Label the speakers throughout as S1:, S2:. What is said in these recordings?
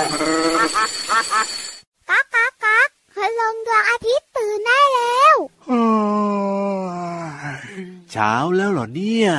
S1: ก๊ากก๊ากก๊ากคืนลงดวงอาทิตย์ตื่นได้แล้ว
S2: เช้าแล้วเหรอเนี่ย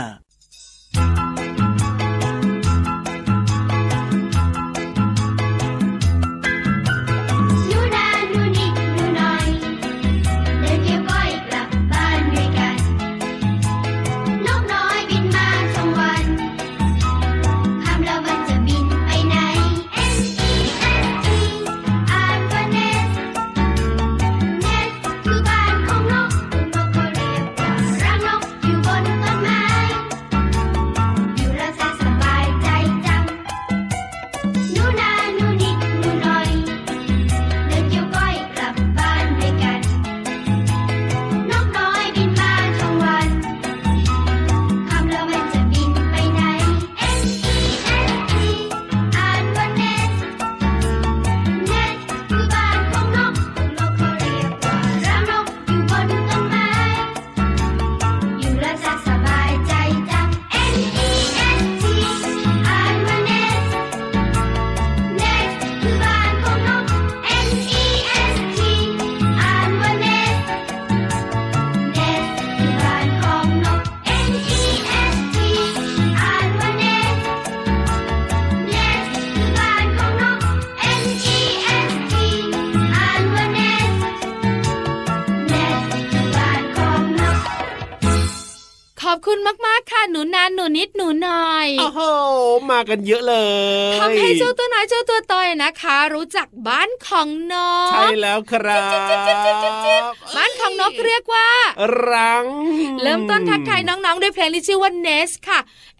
S3: ขอบคุณมากๆค่ะหนูนานหนูนิดหนูหน่อย
S2: โอ้โหมากันเยอะเลย
S3: ทำให้เจ้าตัวน้อยเจ้าตัวต่อยนะคะรู้จักบ้านของนก
S2: ใช่แล้วครับ
S3: บ้านของนกเรียกว่า
S2: รัง
S3: เริ่มต้นทักทายน้องๆด้วยเพลงที่ชื่อว่า Nest ค่ะ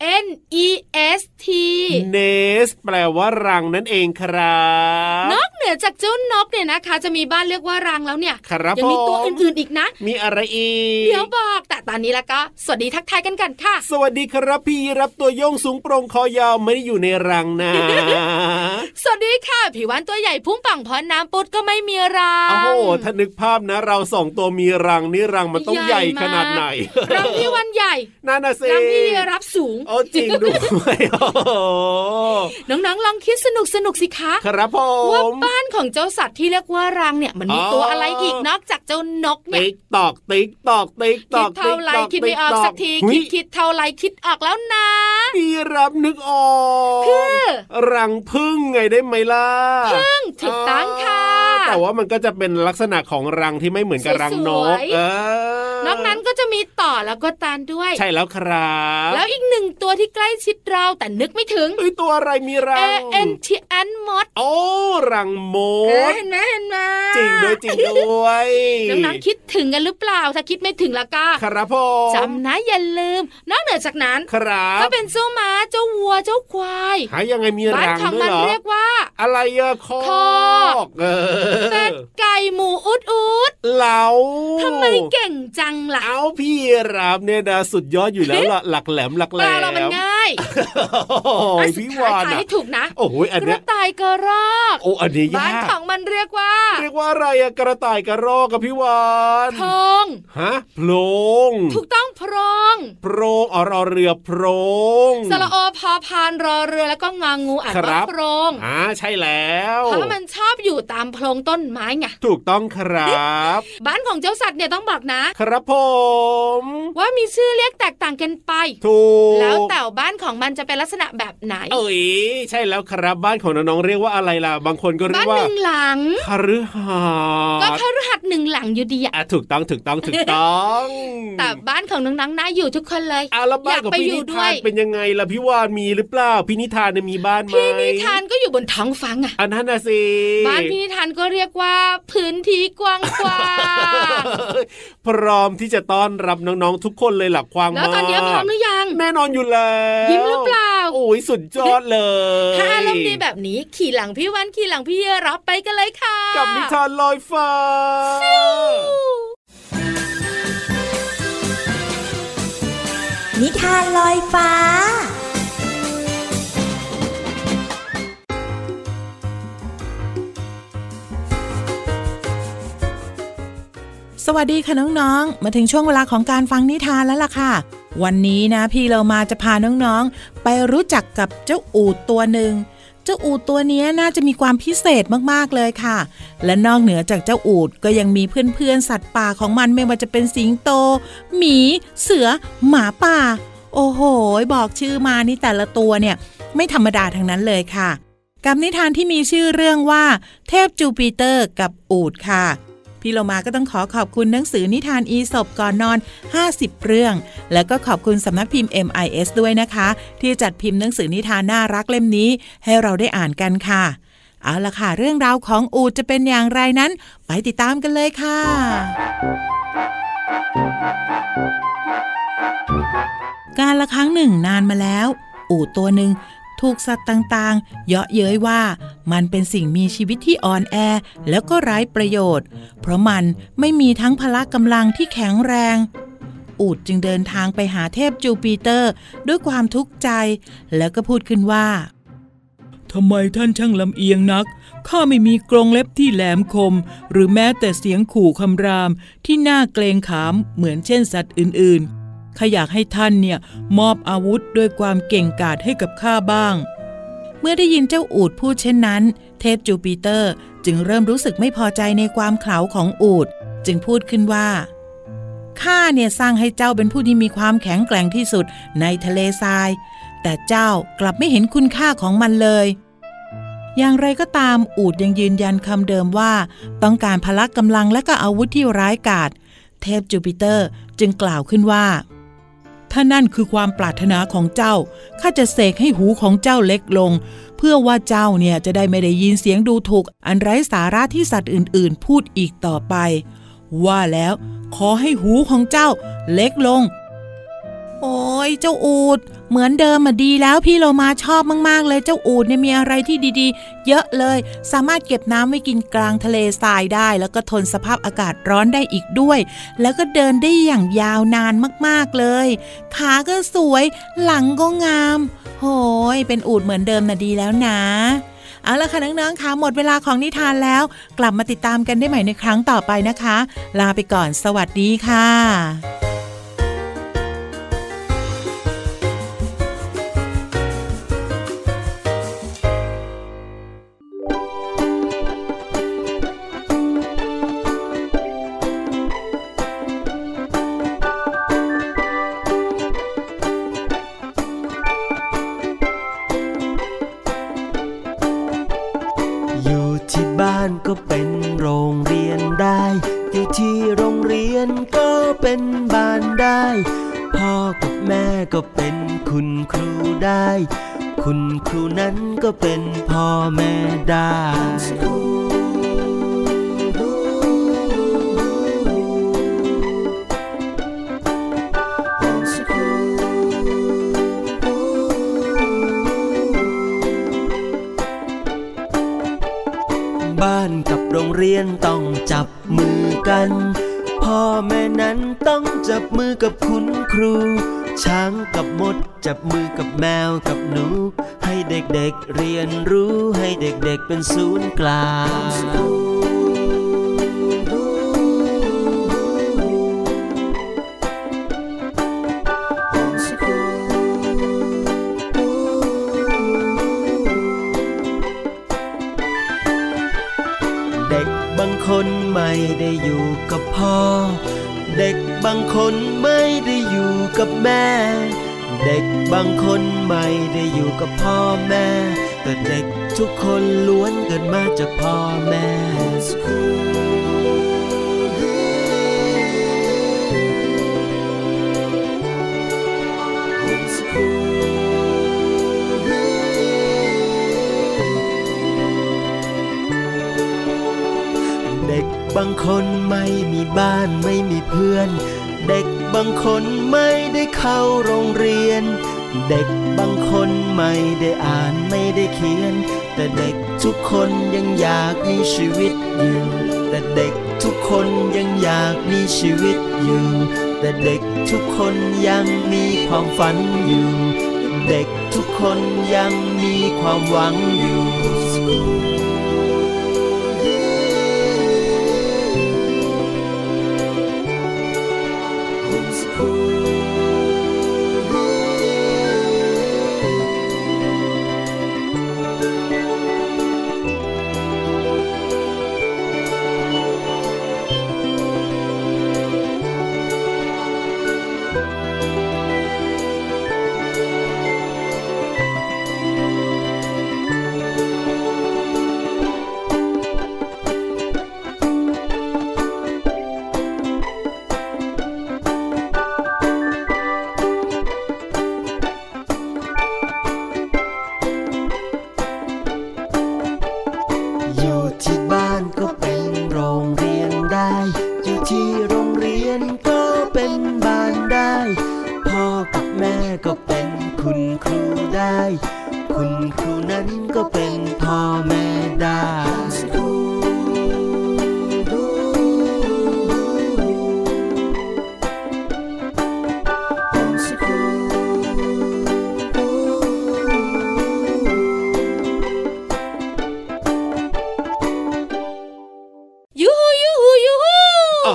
S3: N-E-S-T
S2: Nest แปลว่ารังนั่นเองครับ
S3: นอกเหนือจากเจ้านกเนี่ยนะคะจะมีบ้านเรียกว่ารังแล้วเนี่ย
S2: ยัง
S3: มีตัวอื่นๆอีกนะ
S2: มีอะไรอีก
S3: เดี๋ยวบอกแต่ตอนนี้แล้วก็สวัสดีทักทายกันค่ะ
S2: สวัสดีครับพี่รับตัวโยงสูงโปร่งคอยาวไม่ได้อยู่ในรังนะ
S3: สวัสดีค่ะพี่วานตัวใหญ่พุ่งปังพอน้ำปุดก็ไม่มีรัง
S2: โอ้โหถ้านึกภาพนะเราสองตัวมีรังนี่รังมันต้องใหญ่ขนาดไหน
S3: รังพี่วันใหญ่
S2: นั่นน่ะสิ
S3: รังพี่รับสูง
S2: โอ้จริงด้วย
S3: น้องๆลองคิดสนุกสิคะ
S2: ครับผม
S3: ว่าบ้านของเจ้าสัตว์ที่เรียกว่ารังเนี่ยมันมีตัวอะไรอีกนอกจากเจ้านกเนี่ย
S2: ติ๊กตอกติ๊กตอกติ๊กตอก
S3: คิดเท่าไรคิดไม่ออกสักทีคิดเท่าไรคิดออกแล้วนะ
S2: พี่รับนึกออก
S3: คือ
S2: รังผึ้งไงได้ไหมล่ะ
S3: ผึ้งถูกต้องค่ะ
S2: แต่ว่ามันก็จะเป็นลักษณะของรังที่ไม่เหมือนกับรังนก
S3: นอกนั้นก็จะมีต่อแล้วก็ตาลด้วย
S2: ใช่แล้วครับ
S3: แล้วอีกหนึ่งตัวที่ใกล้ชิดเราแต่นึกไม่ถึง
S2: ตัวอะไรมีรัง
S3: A-N-T-N มด
S2: โอ้รังมด
S3: เห็นไหม
S2: จริงด้วย
S3: น้องๆคิดถึงกันหรือเปล่าถ้าคิดไม่ถึงแล้วก็
S2: ครับผม
S3: จำนะอย่าลืมนอกเหนือจากนั้น
S2: ครับ
S3: ก็เป็นเจ้าม้าเจ้าวัวเจ้าควาย
S2: ยังไงมีรังด้วยเหรอบ้าน
S3: ของมันเรียกว่า
S2: อะไรอะคอก
S3: เป็ดไก่หมูอุด
S2: เหลา
S3: ทำไมเก่งจังล่ะ
S2: เอาพี่รับเนี่ยนะสุดยอดอยู่แล้วล่ะหลักแหลม
S3: เรามันง่าย
S2: พี่วาน
S3: ให้ถูกนะ
S2: โอ้ยอันนี้
S3: กระต่ายกระรอก
S2: โอ้อันนี้ยาก
S3: บ้านของมันเรียกว่า
S2: อะไรอะกระต่ายกระรอกกับพี่วาน
S3: พรง
S2: โพรง
S3: ถูกต้องโพรง
S2: รอเรือโพรง
S3: สระโอพอพานรอเรือแล้วก็งองูอ่านว่าโพรง
S2: ใช่แล้ว
S3: เพราะมันชอบอยู่ตามโพรงต้นไม้ไง
S2: ถูกต้องครับ
S3: บ้านของเจ้าสัตว์เนี่ยต้องบอกนะครับ
S2: ผม
S3: ว่ามีชื่อเรียกแตกต่างกันไป
S2: ถูก
S3: แล้วแต่บ้านของมันจะเป็นลักษณะแบบไหน
S2: ใช่แล้วครับบ้านของน้องๆเรียกว่าอะไรล่ะบางคนก็เรียกว่า
S3: บ้านหนึ่งหลัง
S2: คฤหาสน์
S3: ก็คฤหาสน์หนึ่งหลังอยู่ดี
S2: ถูกต้อง
S3: แต่บ้านของน้องๆน่าอยู่ทุกคนเลย
S2: แล้วบ้านของพี่นิทานเป็นยังไงล่ะพี่วานมีหรือเปล่าพี่นิทานเนี่ยมีบ้านไหม
S3: พี่นิทานก็อยู่บนท้องฟ้า
S2: อันนั้นน่ะสิ
S3: บ้านพี่นิทานก็เรียกว่าพื้นที่กว้าง
S2: พร้อมที่จะต้อนรับน้องๆทุกคนเลยหลับความ
S3: แล้วตอนนี้พร้อมหรือยัง
S2: แน่นอนอยู่แล้ว
S3: ยิ้มหรือเปล่า
S2: โอ้ยสุดยอดเลย
S3: ถ้าอารมณ์ดีแบบนี้ขี่หลังพี่วันขี่หลังพี่รับไปกันเลยค่ะ
S2: กับนิทานลอยฟ้า
S4: นิทานลอยฟ้าสวัสดีค่ะน้องๆมาถึงช่วงเวลาของการฟังนิทานแล้วล่ะค่ะวันนี้นะพี่เรามาจะพาน้องๆไปรู้จักกับเจ้าอูฐตัวหนึ่งเจ้าอูฐตัวนี้น่าจะมีความพิเศษมากๆเลยค่ะและนอกเหนือจากเจ้าอูฐก็ยังมีเพื่อนๆสัตว์ป่าของมันไม่ว่าจะเป็นสิงโตหมีเสือหมาป่าโอ้โหบอกชื่อมานี่แต่ละตัวเนี่ยไม่ธรรมดาทั้งนั้นเลยค่ะกับนิทานที่มีชื่อเรื่องว่าเทพจูปิเตอร์กับอูฐค่ะพี่โลมาก็ต้องขอบคุณหนังสือนิทานอีสปก่อนนอน50เรื่องแล้วก็ขอบคุณสำนักพิมพ์ MIS ด้วยนะคะที่จัดพิมพ์หนังสือนิทานน่ารักเล่มนี้ให้เราได้อ่านกันค่ะเอาล่ะค่ะเรื่องราวของอูฐจะเป็นอย่างไรนั้นไปติดตามกันเลยค่ะกาลครั้งหนึ่งนานมาแล้วอูฐตัวหนึ่งถูกสัตว์ต่างๆเยาะเย้ยว่ามันเป็นสิ่งมีชีวิตที่อ่อนแอแล้วก็ไร้ประโยชน์เพราะมันไม่มีทั้งพละกำลังที่แข็งแรงอูฐจึงเดินทางไปหาเทพจูปิเตอร์ด้วยความทุกข์ใจแล้วก็พูดขึ้นว่าทำไมท่านช่างลำเอียงนักข้าไม่มีกรงเล็บที่แหลมคมหรือแม้แต่เสียงขู่คำรามที่น่าเกรงขามเหมือนเช่นสัตว์อื่นๆข้าอยากให้ท่านเนี่ยมอบอาวุธด้วยความเก่งกาจให้กับข้าบ้างเมื่อได้ยินเจ้าอูฐพูดเช่นนั้นเทพจูปิเตอร์จึงเริ่มรู้สึกไม่พอใจในความเขลาของอูฐจึงพูดขึ้นว่าข้าเนี่ยสร้างให้เจ้าเป็นผู้ที่มีความแข็งแกร่งที่สุดในทะเลทรายแต่เจ้ากลับไม่เห็นคุณค่าของมันเลยอย่างไรก็ตามอูฐยังยืนยันคำเดิมว่าต้องการพละกำลังและก็อาวุธที่ร้ายกาจเทพจูปิเตอร์จึงกล่าวขึ้นว่าถ้านั่นคือความปรารถนาของเจ้าข้าจะเสกให้หูของเจ้าเล็กลงเพื่อว่าเจ้าเนี่ยจะได้ไม่ได้ยินเสียงดูถูกอันไร้สาระที่สัตว์อื่นๆพูดอีกต่อไปว่าแล้วขอให้หูของเจ้าเล็กลงโอ้ยเจ้าอูฐเหมือนเดิมมาดีแล้วพี่โลมาชอบมากๆเลยเจ้าอูฐเนี่ยมีอะไรที่ดีๆเยอะเลยสามารถเก็บน้ำไว้กินกลางทะเลทรายได้แล้วก็ทนสภาพอากาศร้อนได้อีกด้วยแล้วก็เดินได้อย่างยาวนานมากๆเลยขาก็สวยหลังก็งามโหยเป็นอูฐเหมือนเดิมน่ะดีแล้วนะเอาล่ะค่ะน้องๆค่ะหมดเวลาของนิทานแล้วกลับมาติดตามกันได้ใหม่ในครั้งต่อไปนะคะลาไปก่อนสวัสดีค่ะ
S5: ก็เป็นโรงเรียนได้อยู่ที่โรงเรียนก็เป็นบ้านได้พ่อกับแม่ก็เป็นคุณครูได้คุณครูนั้นก็เป็นพ่อแม่ได้บ้านกับโรงเรียนต้องจับมือกันพ่อแม่นั้นต้องจับมือกับคุณครูช้างกับมดจับมือกับแมวกับหนูให้เด็กๆเรียนรู้ให้เด็กๆเป็นศูนย์กลางบางคนไม่ได้อยู่กับพ่อเด็กบางคนไม่ได้อยู่กับแม่เด็กบางคนไม่ได้อยู่กับพ่อแม่แต่เด็กทุกคนล้วนเกิดมาจากพ่อแม่บางคนไม่มีบ้านไม่มีเพื่อนเด็กบางคนไม่ได้เข้าโรงเรียนเด็กบางคนไม่ได้อ่านไม่ได้เขียนแต่เด็กทุกคนยังอยากมีชีวิตอยู่แต่เด็กทุกคนยังอยากมีชีวิตอยู่แต่เด็กทุกคนยังมีความฝันอยู่เด็กทุกคนยังมีความหวังอยู่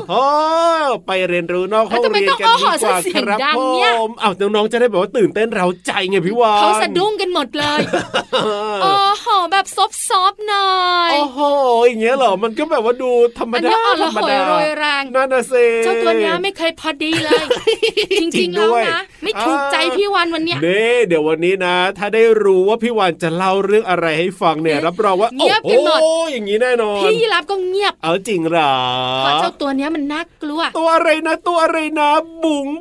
S2: โหไปเรียนรู้นอกห้องเรียนกันดีกว่าครับผมอ้าวน้องๆจะได้แบบว่าตื่นเต้นเร้าใจไงพี่วาน
S3: เขาสะดุ้งกันหมดเลยโอ้โหแบบซอฟๆหน่อย
S2: โอ้โหอย่างเงี้ยเหรอมันก็แบบว่าดูธรรมดา
S3: ธรรมดาโรยแรง
S2: นั่นน่ะสิ
S3: เจ้าตัวเนี้ยไม่เคยพอดีเลยจริงๆแล้วนะไม่ถูกใจพี่วานวันเนี้ย
S2: เดี๋ยววันนี้นะถ้าได้รู้ว่าพี่วานจะเล่าเรื่องอะไรให้ฟังเนี่ยรับรองว่า
S3: เงียบกันหมด
S2: อย่างนี้แน่นอน
S3: พี่ยีราฟก็เงียบ
S2: จริงเหรอ
S3: เพราะเจ้าตัวเนี้ยมันน่ากลัว
S2: ตัวอะไรนะบุ๋ง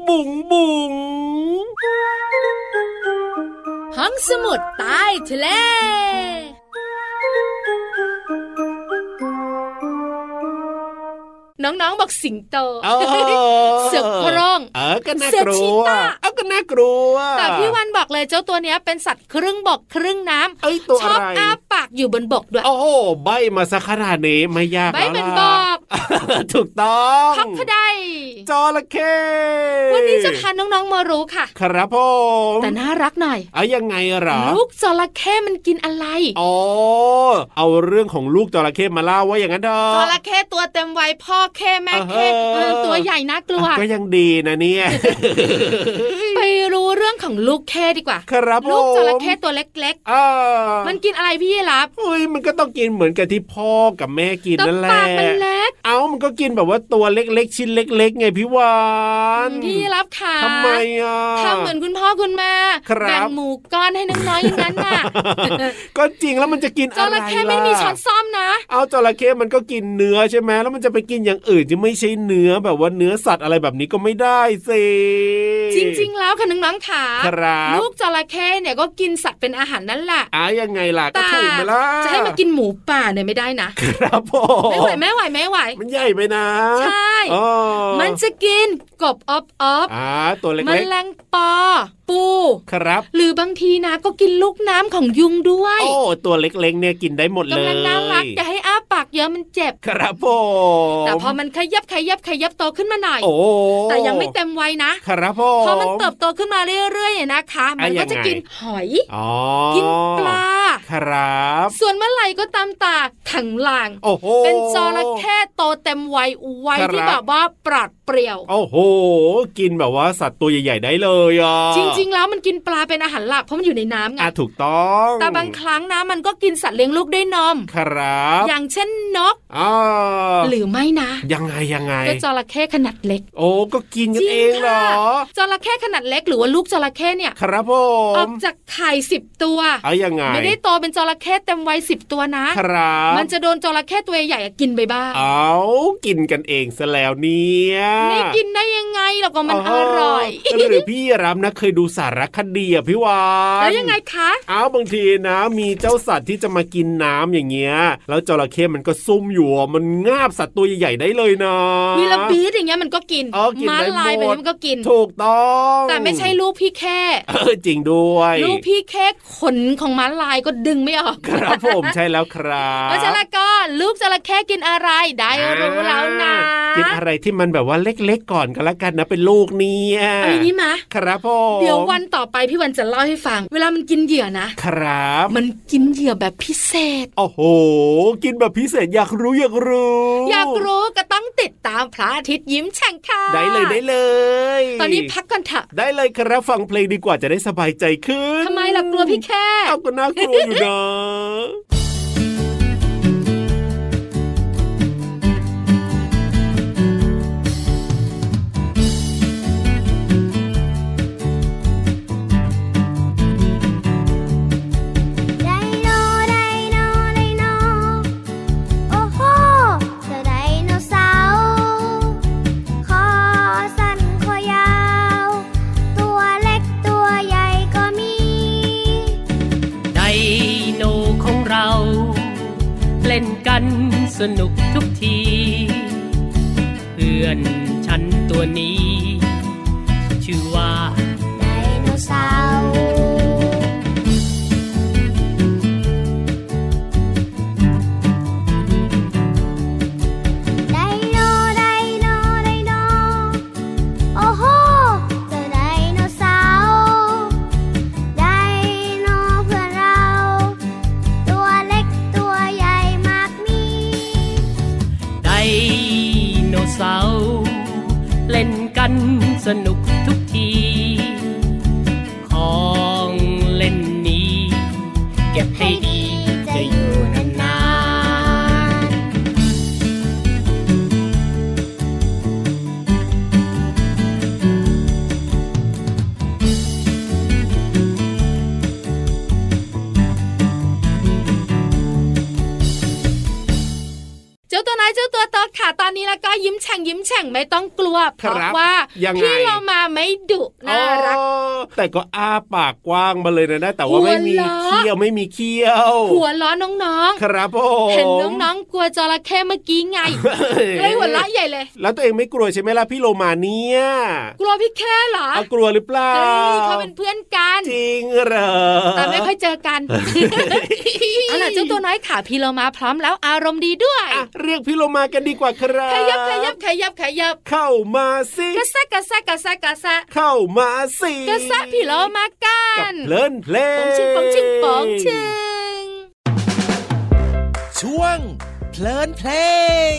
S3: ห้องสมุดใต้ทะเลน้องๆบอกสิงโตเสือโคร่ง
S2: ก็น่ากลัวก็น่ากลัว
S3: แต่พี่วันบอกเลยเจ้าตัวเนี้ยเป็นสัตว์ครึ่งบกครึ่งน้ำชอบอ้าปากอยู่บนบกด้วย
S2: โอ้โหใบมาสักขนาดนี้ไม่ยากแล้วล่ะใบเป็น
S3: บอก
S2: ถูกต้อง
S3: คอกได้
S2: จระเข้
S3: วันนี้จะพาน้องๆมารู้ค่ะ
S2: ครับผม
S3: แต่น่ารักหน่อย
S2: ยังไงหรอ
S3: ลูกจระเข้มันกินอะไร
S2: เอาเรื่องของลูกจระเข้มาเล่าว่าอย่างนั้นเถอะ
S3: จระเข้ตัวเต็มวัยพ่อเข้แม่เข้ตัวใหญ่น่ากลัว
S2: ก็ยังดีนะเนี่ย
S3: ไปรู้เรื่องของลูกเข้ดีกว่า
S2: ครับ
S3: ลูกจระเข้ตัวเล็กๆมันกินอะไรพี่รับ
S2: มันก็ต้องกินเหมือนกับที่พ่อกับแม่กินนั่นแหละ
S3: ปากมันเล็ก
S2: มันก็กินแบบว่าตัวเล็กๆชิ้นเล็กๆไงพี่วาน
S3: พี่รับค่ะ
S2: ทำไม
S3: ทำเหมือนคุณพ่อคุณแม่แบ่งหมูก้อนให้น้อยๆอย่างนั้นน่ะ
S2: ก็จริงแล้วมันจะกินอะไรล่ะ
S3: จระเข้ไม่มีช้อนซ่อมนะ
S2: จระเข้มันก็กินเนื้อใช่ไหมแล้วมันจะไปกินอย่างอื่นที่ไม่ใช่เนื้อแบบว่าเนื้อสัตว์อะไรแบบนี้ก็ไม่ได้สิ
S3: จริงๆแล้วค่ะน้องๆค่ะลูกจระเข้เนี่ยก็กินสัตว์เป็นอาหารนั่นแหละ
S2: ยังไงล่ะก็ถูกไหมล่ะ
S3: จะให้มากินหมูป่าเนี่ยไม่ได้นะ
S2: ครับผม
S3: ไม่ไหว
S2: มันใหญ่ไปนะ
S3: ใช่มันจะกินกบอบ
S2: ตัวเล็กๆ
S3: แมลงปอปู
S2: ครับ
S3: หรือบางทีนะก็กินลูกน้ำของยุงด้วย
S2: ตัวเล็กๆเนี่ยกินได้หมดเลย
S3: กำลังน่ารักอย่าให้อ้าปากเยอะมันเจ็บ
S2: ครับผม
S3: แต่พอมันขยับโตขึ้นมาหน่อยแต่ยังไม่เต็มวัยนะครับ
S2: ผม
S3: พอมันเติบโตขึ้นมาเรื่อยๆนะคะมันก็จะกินหอยกินปลา
S2: ครับ
S3: ส่วนเมื่อไหร่ก็ตามตาถังหลังเป็นจระเข้โตเต็มวัยที่แบบว่าปราดเปรียว
S2: โอ้โหกินแบบว่าสัตว์ตัวใหญ่ๆได้เลย
S3: จริงๆแล้วมันกินปลาเป็นอาหารหลักเพราะมันอยู่ในน้ำไง
S2: ถูกต้อง
S3: แต่บางครั้งนะมันก็กินสัตว์เลี้ยงลูกด้วยนม
S2: ครับ
S3: อย่างเช่นนกหรือไม่นะ
S2: ยังไง
S3: ก็จระเข้ขนาดเล็ก
S2: ก็กินกันเองเหรอ
S3: จระเข้ขนาดเล็กหรือว่าลูกจระเข้เนี่ย
S2: ครับผม
S3: ออกจากไข่10ตัว
S2: ยังไง
S3: ไม่ได้โตเป็นจระเข้เต็มวัย10ตัวนะครับมันจะโดนจระเข้ตัวใหญ่กินไปบ้าง
S2: กินกันเองซะแล้วเนี่ย
S3: ไม่กินได้ยังไงหรอกก็มันอร่อย
S2: หรือพี่รับนะเคยดูสารคดีพี่วาน
S3: แล้วยังไงคะ
S2: บางทีนะมีเจ้าสัตว์ที่จะมากินน้ำอย่างเงี้ยแล้วจระเข้มันก็ซุ่มอยู่มันงาบสัตว์ตัวใหญ่ๆได้เลยนะ
S3: วีลาบีสอย่างเงี้ยมันก็กินม้าลายแบบนี้มันก็กิน
S2: ถูกต้อง
S3: แต่ไม่ใช่ลูกพี่แค่
S2: จริงด้วย
S3: ลูกพี่แค่ขนของม้าลายก็ดึงไม่ออก
S2: ครับผมใช่แล้วครับ
S3: เพราะฉะนั้นก็ลูกจระเข้กินอะไรได้รู้แล้วนะ
S2: กินอะไรที่มันแบบว่าเล็กๆก่อนก็แล้วกันนะเป็นลูกเนี่ย
S3: นี่มะ
S2: ครับผม
S3: เดี๋ยววันต่อไปพี่วันจะเล่าให้ฟังเวลามันกินเหยื่อนะครับมันกินเหยื่อแบบพิเศษ
S2: โอ้โหกินแบบพิเศษอยากรู้
S3: ก็ต้องติดตามพระอาทิตย์ยิ้มแฉ่งค่ะ
S2: ได้เลย
S3: ตอนนี้พักกันเถอะ
S2: ได้เลยครับฟังเพลงดีกว่าจะได้สบายใจขึ้น
S3: ทำไมล่ะกลัวพี่แค่
S2: ก็น่ากลัวอยู่นะ
S6: สนุกทุกทีเพื่อนฉันตัวนี้ชื่อว่าไดโนเสาร์
S1: โอ้โหเจ้าไดโนเสาร์ไดโนเพื่อนเราตัวเล็กตัวใหญ่มากมี
S6: ไดโนเสาร์นุกทุกทีของเล่นนี้เก็บให้ดีจะอยู่นาน
S3: เจ้าตัวน้อยเจ้าตัวโตค่ะตอนนี้แล้วก็ยิ้มแฉ่งไม่ต้องกลัวเพราะว่าพี่เรามาไม่ดุน่ารัก
S2: แต่ก็อ้าปากกว้างมาเลยนะแต่ว่าไม่มีเขี้ยว
S3: หัวล้อน้อง
S2: ๆครับผม
S3: เห็นน้องๆกลัวจระเข้เมื่อกี้ไงเลยหัวล้อใหญ่เลย
S2: แล้วตัวเองไม่กลัวใช่ไหมล่ะพี่โลมาเนี่ย
S3: กลัวพี่แค่เหร
S2: อกลัวหรือเปล่า
S3: เขาเป็นเพื่อนกัน
S2: จริงเหรอ
S3: แต่ไม่ค่อยเจอกันเอาล่ะเจ้าตัวน้อยค่ะพี่โลมาพร้อมแล้วอารมณ์ดีด้วย
S2: เรียกพี่โลมากันดีกว่าครับ
S3: ขยับ
S2: เข้ามาสิ
S3: กระแซะ
S2: เข้ามาสิ
S3: กระแซะพี่โลมากัน
S2: เพลินเพลง
S3: ปองชิง
S7: ช่วงเพลินเพลง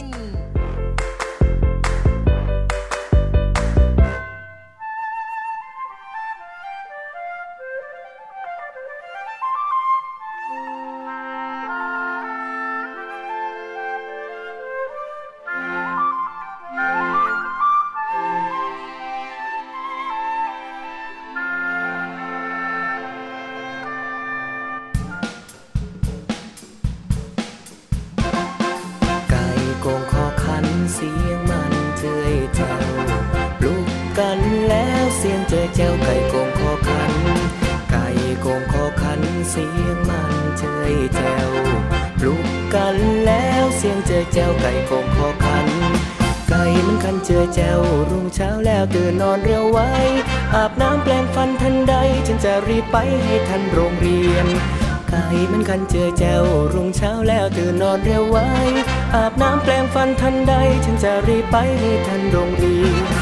S5: เสียงมันเจ้ยเจ้าปลุกกันแล้วเสียงเจ้ยเจ้าไก่โกงคอขันไก่โกงคอขันเสียงมันเจ้ยเจ้าปลุกกันแล้วเสียงเจ้ยเจ้าไก่โกงคอขันไก่มันขันเจ้ยเจ้ารุ่งเช้าแล้วตื่นนอนเร็วไว้อาบน้ำแปรงฟันทันใดฉันจะรีบไปให้ทันโรงเรียนไก่มันขันเจอแจ้วรุ่งเช้าแล้วตื่นนอนเร็วไว้อาบน้ำแปรงฟันทันใดฉันจะรีบไปให้ทันโรงเรียน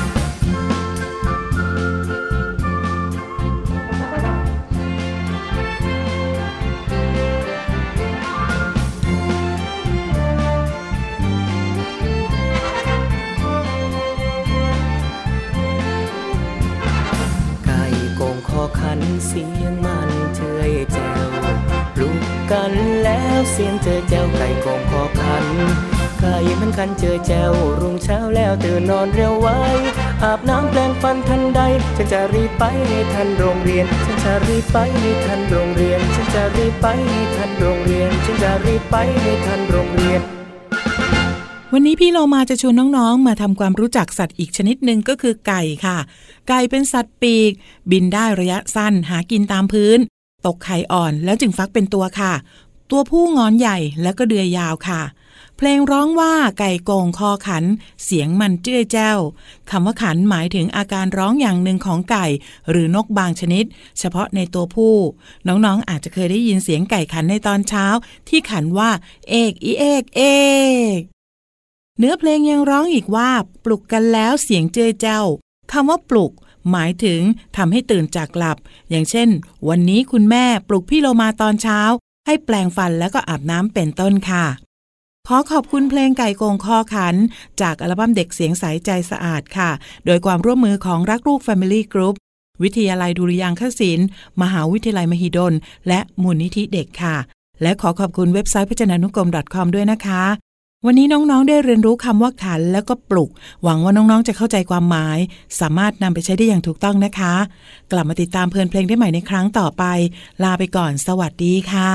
S5: ไก่โกงคอขันเสียงมันเชยแจ้วปลุกกันแล้วเสียงเจอแจ้วไก่โกงคอขันไก่มันขันเจอแจ้วรุ่งเช้าแล้วตื่นนอนเร็วไว้อาบน้ำแปรงฟันทันใดฉันจะรีบไปให้ทันโรงเรียนฉันจะรีบไปให้ทันโรงเรียนฉันจะรีบไปให้ทันโรงเรียนฉันจะรีบไปให้ทันโรงเรียน
S4: วันนี้พี่โลมาจะชวนน้องๆมาทำความรู้จักสัตว์อีกชนิดหนึ่งก็คือไก่ค่ะไก่เป็นสัตว์ปีกบินได้ระยะสั้นหากินตามพื้นตกไข่อ่อนแล้วจึงฟักเป็นตัวค่ะตัวผู้งอนใหญ่แล้วก็เดือยยาวค่ะเพลงร้องว่าไก่โก่งคอขันเสียงมันเจ้ยแจ้วคำว่าขันหมายถึงอาการร้องอย่างหนึ่งของไก่หรือนกบางชนิดเฉพาะในตัวผู้น้องๆอาจจะเคยได้ยินเสียงไก่ขันในตอนเช้าที่ขันว่าเอกอีเอกเอกเนื้อเพลงยังร้องอีกว่าปลุกกันแล้วเสียงเจ้ยแจ้วคำว่าปลุกหมายถึงทำให้ตื่นจากหลับอย่างเช่นวันนี้คุณแม่ปลุกพี่โลมาตอนเช้าให้แปรงฟันแล้วก็อาบน้ำเป็นต้นค่ะขอขอบคุณเพลงไก่โกงคอขันจากอัลบั้มเด็กเสียงใสใจสะอาดค่ะโดยความร่วมมือของรักลูก Family Group วิทยาลัยดุริยางคศิลป์มหาวิทยาลัยมหิดลและมูลนิธิเด็กค่ะและขอขอบคุณเว็บไซต์พจนานุกรม .com ด้วยนะคะวันนี้น้องๆได้เรียนรู้คำว่าขันแล้วก็ปลุกหวังว่าน้องๆจะเข้าใจความหมายสามารถนำไปใช้ได้อย่างถูกต้องนะคะกลับมาติดตามเพลินเพลงได้ใหม่ในครั้งต่อไปลาไปก่อนสวัสดีค่ะ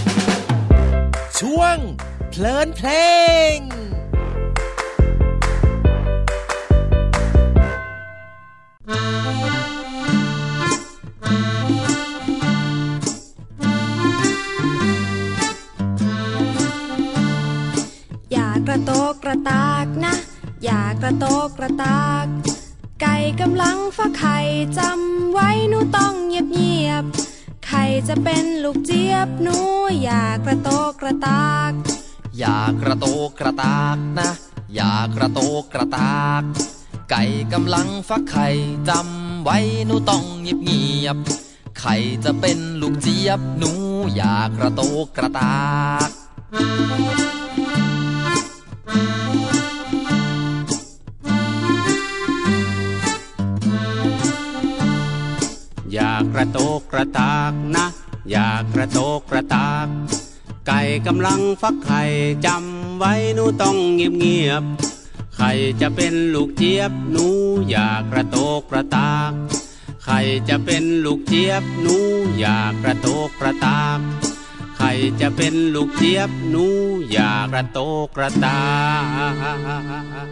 S7: ช่วงเพลินเพลง
S8: กระโตกกระตากนะอย่ากระโตกกระตากไก่กำลังฟักไข่จำไว้หนูต้องเงียบไข่จะเป็นลูกเจี๊ยบหนูอย่ากระโตกกระตาก
S9: อย่ากระโตกกระตากนะอย่ากระโตกกระตากไก่กำลังฟักไข่จำไว้หนูต้องเงียบไข่จะเป็นลูกเจี๊ยบหนูอย่ากระโตกกระตาก
S10: ระโตกกระตากนะอย่ากระโตกกระตากไก่กำลังฟักไข่จำไว้หนูต้องเงียบๆไข่จะเป็นลูกเจี๊ยบหนูอย่ากระโตกกระตากไข่จะเป็นลูกเจี๊ยบหนูอย่ากระโตกกระตากไข่จะเป็นลูกเจี๊ยบหนูอย่ากระโตกกระตาก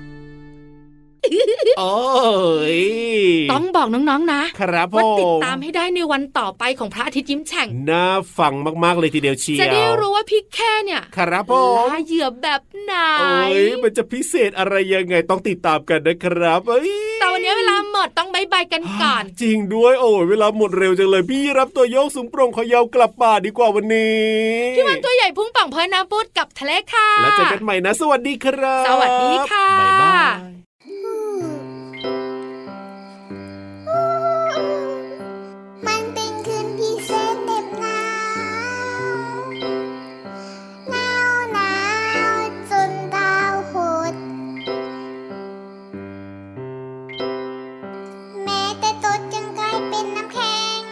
S2: โอ้ย
S3: ต้องบอกน้องๆนะครับว่าติดตามให้ได้ในวันต่อไปของพระอาทิตย์ยิ้มแฉ่ง
S2: น่าฟังมากๆเลยทีเดียวเชียว
S3: จะได้รู้ว่าพี่แค่เนี่ย
S2: ครับผม
S3: ล่าเหยื่อแบบไหน
S2: มันจะพิเศษอะไรยังไงต้องติดตามกันนะครับ
S3: แต่วันนี้เวลาหมดต้องบายบายกันก่อน
S2: จริงด้วยโอ้ยเวลาหมดเร็วจังเลยพี่รับตัวโยกสูงโปร่งคอยาวกลับป่าดีกว่าวันนี้
S3: พี่วันตัวใหญ่พุ่งป่องเพลินน้ำพุดกับทะเลค่ะ
S2: แล้วเจอกันใหม่นะสวัสดีครับ
S3: สวัสดีค่ะ
S2: บ๊ายบาย
S1: มันเป็นคืนพิเศษเหน็บหนาวจนดาวหดแม้แต่ต้นยังกลายเป็นน้ำแข็ง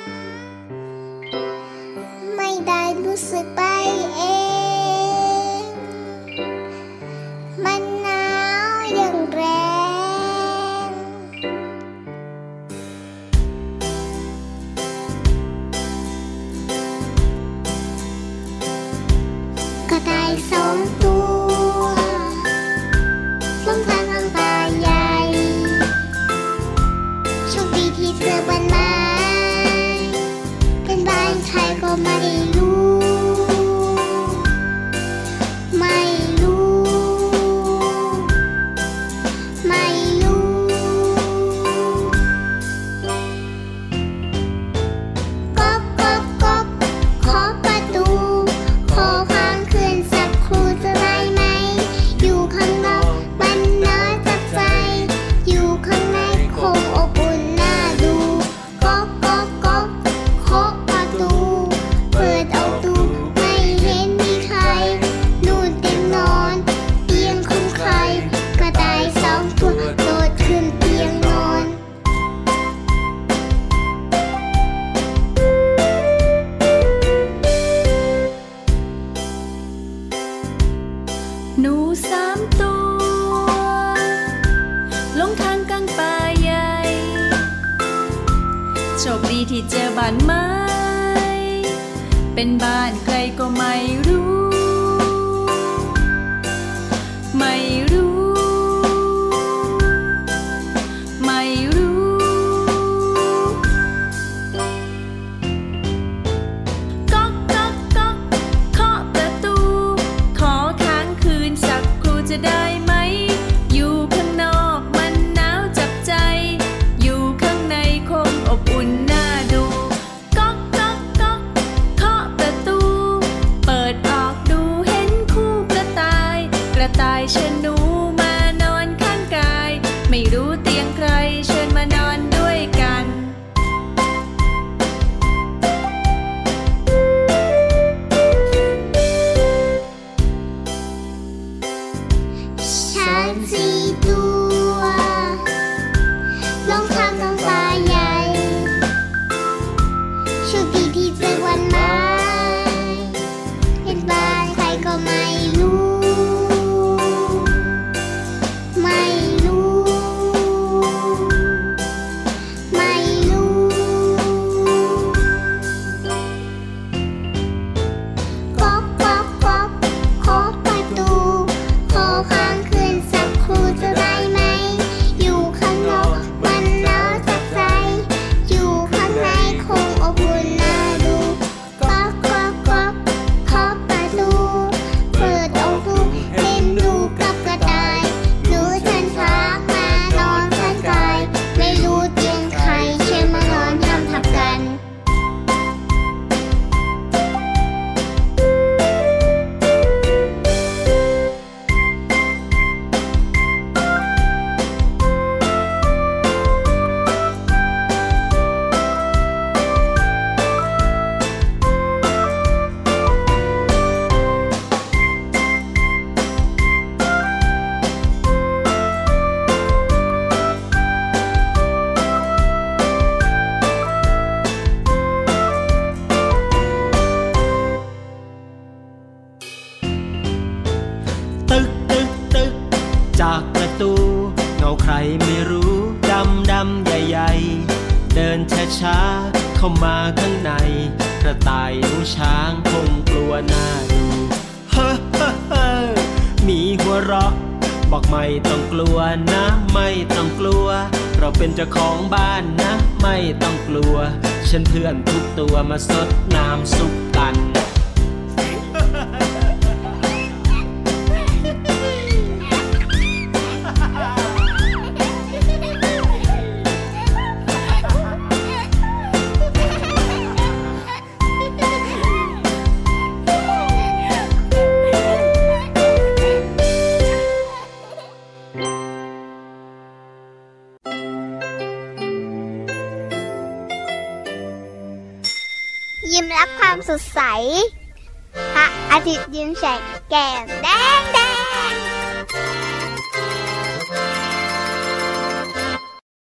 S1: ไม่ได้รู้สึกไปเองมันหนาวอย่างแรงกระต่ายสองตัวลงทางกลางป่าใหญ่โชคดีที่เจอบ้านไม้เป็นบ้านใครก็ไม่รู้
S8: ที่เจอบ้านไม้เป็นบ้านใครก็ไม่รู้ไม่รู้ไม่รู้ก๊อกก๊อกก๊อกเคาะประตูขอค้างคืนสักครู่จะได้ไหมอยู่ข้างนอกมันหนาวจับใจอยู่ข้างในคงอบอุ่นน่าดูก๊อกก๊อกก๊อกเคาะประตูเปิดออกดูเห็นคู่กระต่ายเชิญหนูมานอนข้างกายไม่รู้เตียงใครเชิญมานอนด้วยกัน
S1: ช้างสี่ตัวลงข้ามท้องฟ้าใหญ่โชคดีที่เจอวันไม้เป็นบ้านใครก็ไม่รู้
S5: ตึกตึกตึกจากประตูเงาใครไม่รู้ดำดำใหญ่ๆเดินช้าๆเข้ามาข้างในกระต่ายหนูช้างคงกลัวหน้าดูเฮ้อเฮ้อเฮ้อมีหัวเราะบอกไม่ต้องกลัวนะไม่ต้องกลัวเราเป็นเจ้าของบ้านนะไม่ต้องกลัวฉันเพื่อนทุกตัวมาสดน้ำซุปกัน
S1: ยิ้มรับความสดใสพระอาทิตย์ยิ้มแฉกแก้มแดง